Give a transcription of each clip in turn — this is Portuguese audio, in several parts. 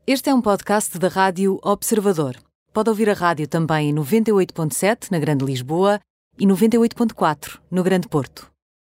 Este é um podcast da Rádio Observador. Pode ouvir a rádio também em 98.7 na Grande Lisboa e 98.4 no Grande Porto.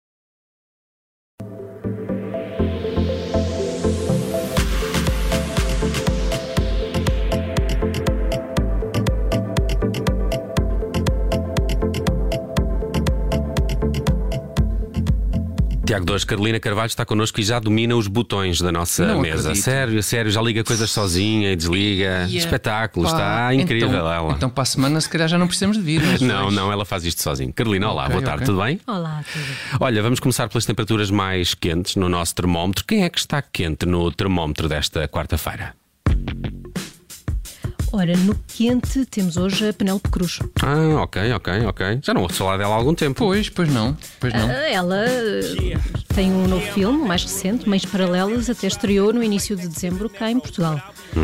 Tiago Dores, Carolina Carvalho está connosco e já domina os botões da nossa mesa. Acredito. Sério, já liga coisas sozinha e desliga. Espetáculo, está incrível ela. Então para a semana se calhar já não precisamos de vir. Não, ela faz isto sozinha. Carolina, olá, boa tarde, tudo bem? Olá, tudo. Olha, vamos começar pelas temperaturas mais quentes no nosso termómetro. Quem é que está quente no termómetro desta quarta-feira? Ora, no quente temos hoje a Penélope Cruz. Ok. Já não ouço falar dela há algum tempo. Pois não. Ela tem um novo filme, mais recente, Meios Paralelos, até estreou no início de dezembro cá em Portugal.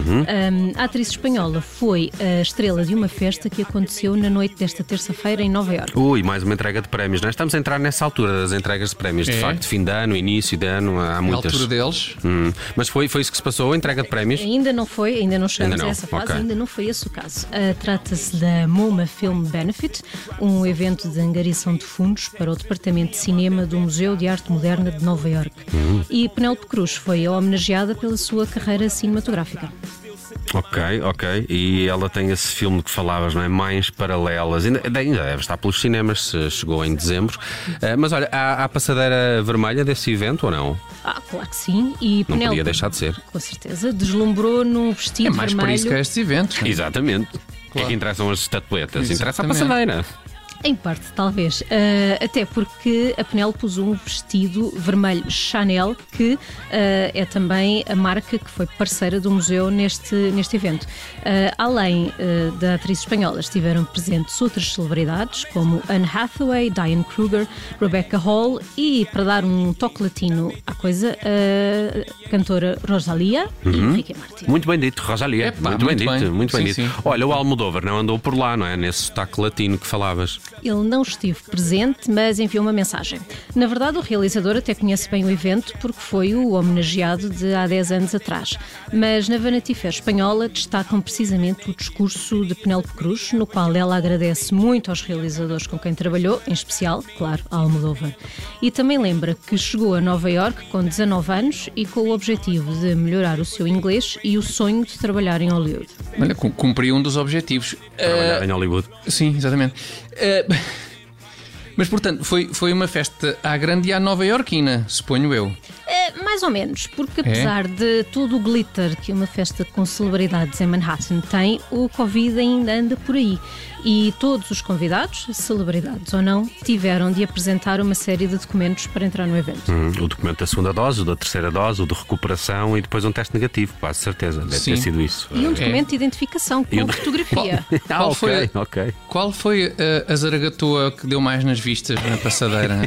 A atriz espanhola foi a estrela de uma festa que aconteceu na noite desta terça-feira em Nova Iorque. Mais uma entrega de prémios, não é? Estamos a entrar nessa altura das entregas de prémios, de facto, fim de ano, início de ano, há muitas. Na altura deles. Mas foi isso que se passou, a entrega de prémios? Ainda não chegamos a essa fase, okay. Ainda não foi esse o caso. Trata-se da MoMA Film Benefit, um evento de angariação de fundos para o Departamento de Cinema do Museu de Arte Moderna de Nova Iorque. E Penélope Cruz foi homenageada pela sua carreira cinematográfica. Ok. E ela tem esse filme que falavas, não é? Meios Paralelas. Ainda deve estar pelos cinemas, chegou em dezembro. Mas olha, há passadeira vermelha desse evento ou não? Claro que sim. E Não Penélope, podia deixar de ser. com certeza, deslumbrou num vestido É mais vermelho. por isso que é estes eventos. Exatamente. O que é que interessam as estatuetas? Interessa a Exatamente. passadeira. Em parte, talvez. Até porque a Penélope usou um vestido vermelho Chanel, que é também a marca que foi parceira do museu neste evento. Além da atriz espanhola, estiveram presentes outras celebridades, como Anne Hathaway, Diane Kruger, Rebecca Hall e, para dar um toque latino à coisa, a cantora Rosalía e Ricky Martin. Muito bem dito, Rosalía. Muito bem Sim, dito. sim. Olha, o Almodóvar não andou por lá, não é? Nesse sotaque latino que falavas. Ele não esteve presente, mas enviou uma mensagem. Na verdade, o realizador até conhece bem o evento porque foi o homenageado de há 10 anos atrás. Mas na Vanity Fair espanhola destacam precisamente o discurso de Penélope Cruz, no qual ela agradece muito aos realizadores com quem trabalhou, em especial, claro, a Almodóvar. E também lembra que chegou a Nova Iorque com 19 anos e com o objetivo de melhorar o seu inglês e o sonho de trabalhar em Hollywood. Olha, cumpri um dos objetivos. Trabalhar em Hollywood. Sim, exatamente. Mas portanto, foi uma festa à grande e à nova-iorquina, suponho eu. Mais ou menos, porque apesar de todo o glitter que uma festa com celebridades em Manhattan tem, o Covid ainda anda por aí. E todos os convidados, celebridades ou não, tiveram de apresentar uma série de documentos para entrar no evento. O documento da segunda dose, o da terceira dose, o de recuperação e depois um teste negativo, quase certeza. Deve ter sido isso. E um documento de identificação com fotografia. Qual foi a zaragatoa que deu mais nas vistas na passadeira?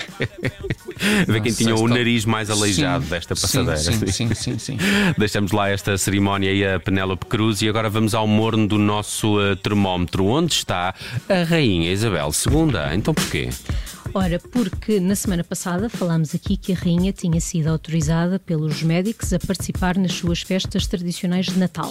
Ver quem tinha o nariz mais aleijado desta passadeira. Sim. Deixamos lá esta cerimónia e a Penélope Cruz e agora vamos ao morno do nosso termómetro. Onde está a Rainha Isabel II? Então porquê? Ora, porque na semana passada falámos aqui que a rainha tinha sido autorizada pelos médicos a participar nas suas festas tradicionais de Natal.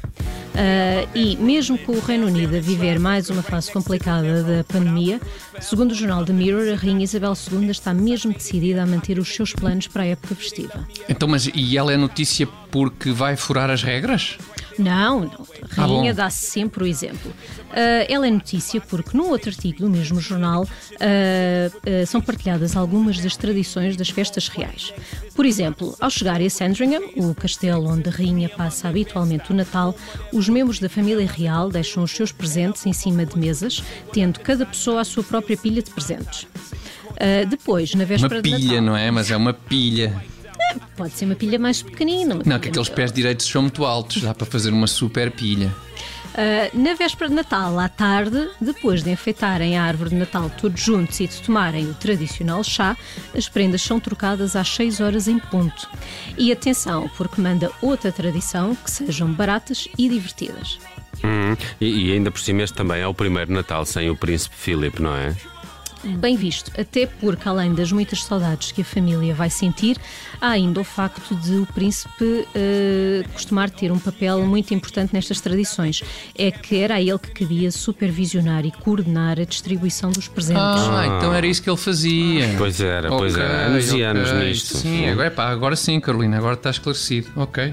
E mesmo com o Reino Unido a viver mais uma fase complicada da pandemia, segundo o jornal The Mirror, a rainha Isabel II está mesmo decidida a manter os seus planos para a época festiva. Então, mas e ela é notícia porque vai furar as regras? Não. A rainha dá sempre o exemplo. Ela é notícia porque num outro artigo do mesmo jornal são partilhadas algumas das tradições das festas reais. Por exemplo, ao chegarem a Sandringham, o castelo onde a rainha passa habitualmente o Natal, os membros da família real deixam os seus presentes em cima de mesas, tendo cada pessoa a sua própria pilha de presentes. Depois, na véspera de Natal... Uma pilha, não é? Mas é uma pilha. Pode ser uma pilha mais pequenina. Não, que aqueles pés direitos são muito altos, dá para fazer uma super pilha. Na véspera de Natal, à tarde, depois de enfeitarem a árvore de Natal todos juntos e de tomarem o tradicional chá, as prendas são trocadas às 6 horas em ponto. E atenção, porque manda outra tradição que sejam baratas e divertidas. E ainda por cima este também é o primeiro Natal sem o Príncipe Philip, não é? bem visto, até porque, além das muitas saudades que a família vai sentir, há ainda o facto de o príncipe costumar ter um papel muito importante nestas tradições. É que era a ele que cabia supervisionar e coordenar a distribuição dos presentes. Então era isso que ele fazia. Pois era, anos e anos nisto. Sim, agora sim, Carolina, agora está esclarecido. Ok.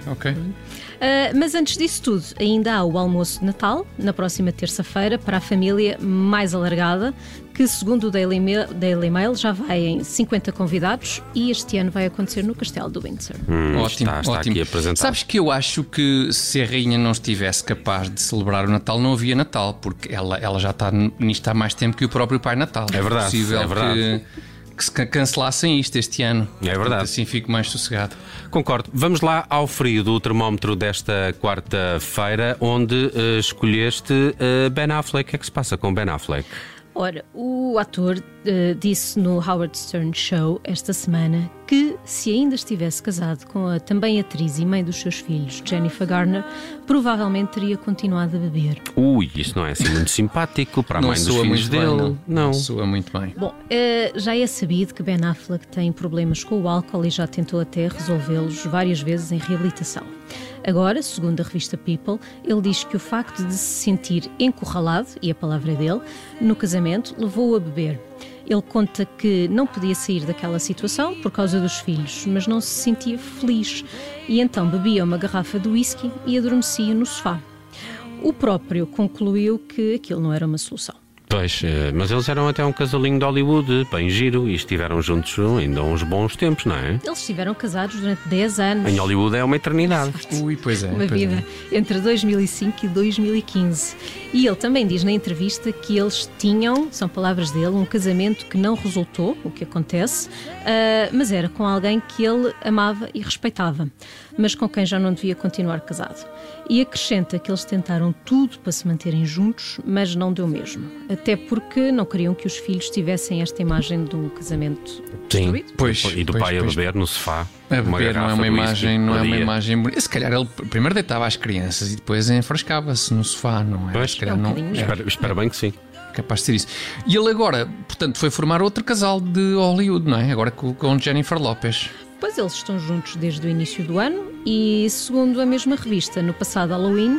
Mas antes disso tudo, ainda há o almoço de Natal, na próxima terça-feira, para a família mais alargada, que segundo o Daily Mail já vai em 50 convidados e este ano vai acontecer no Castelo do Windsor. Ótimo. Está aqui apresentado. Sabes que eu acho que se a rainha não estivesse capaz de celebrar o Natal, não havia Natal, porque ela já está nisto há mais tempo que o próprio Pai Natal. É verdade, possível é verdade. Que se cancelassem isto este ano. É verdade. Assim fico mais sossegado. Concordo. Vamos lá ao frio do termómetro desta quarta-feira, onde escolheste Ben Affleck. O que é que se passa com Ben Affleck? Ora, o ator disse no Howard Stern Show esta semana que se ainda estivesse casado com a também atriz e mãe dos seus filhos, Jennifer Garner, provavelmente teria continuado a beber. Isso não é assim muito simpático para a mãe dos filhos dele. Bem, não soa muito bem. Bom, já é sabido que Ben Affleck tem problemas com o álcool e já tentou até resolvê-los várias vezes em reabilitação. Agora, segundo a revista People, ele diz que o facto de se sentir encurralado, e a palavra é dele, no casamento, levou-o a beber. Ele conta que não podia sair daquela situação por causa dos filhos, mas não se sentia feliz e então bebia uma garrafa de whisky e adormecia no sofá. O próprio concluiu que aquilo não era uma solução. Pois, mas eles eram até um casalinho de Hollywood, bem giro, e estiveram juntos ainda uns bons tempos, não é? Eles estiveram casados durante 10 anos. Em Hollywood é uma eternidade. Pois é. Uma vida entre 2005 e 2015. E ele também diz na entrevista que eles tinham, são palavras dele, um casamento que não resultou, o que acontece, mas era com alguém que ele amava e respeitava, mas com quem já não devia continuar casado. E acrescenta que eles tentaram tudo para se manterem juntos, mas não deu mesmo. Até porque não queriam que os filhos tivessem esta imagem de um casamento destruído. E do pai a beber no sofá. A beber não é uma imagem bonita. Se calhar ele primeiro deitava as crianças e depois enfrascava-se no sofá, não é? Pois, espero bem que sim. Capaz de ser isso. E ele agora, portanto, foi formar outro casal de Hollywood, não é? Agora com Jennifer Lopez. Pois eles estão juntos desde o início do ano e, segundo a mesma revista, no passado Halloween,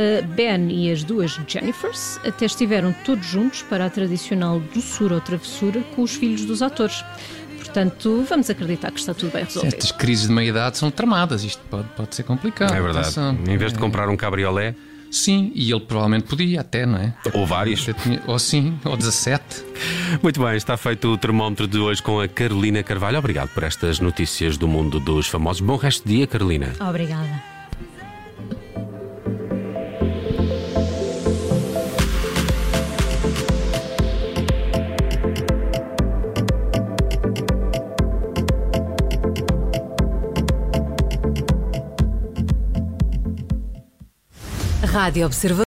Ben e as duas Jennifers até estiveram todos juntos para a tradicional doçura ou travessura com os filhos dos atores. Portanto, vamos acreditar que está tudo bem resolvido. Estas crises de meia-idade são tramadas, isto pode ser complicado. É verdade. Em vez de comprar um cabriolé... Sim, e ele provavelmente podia até, não é? Ou vários. Ou 17. Muito bem, está feito o termómetro de hoje com a Carolina Carvalho. Obrigado por estas notícias do mundo dos famosos. Bom resto de dia, Carolina. Obrigada. Rádio Observador.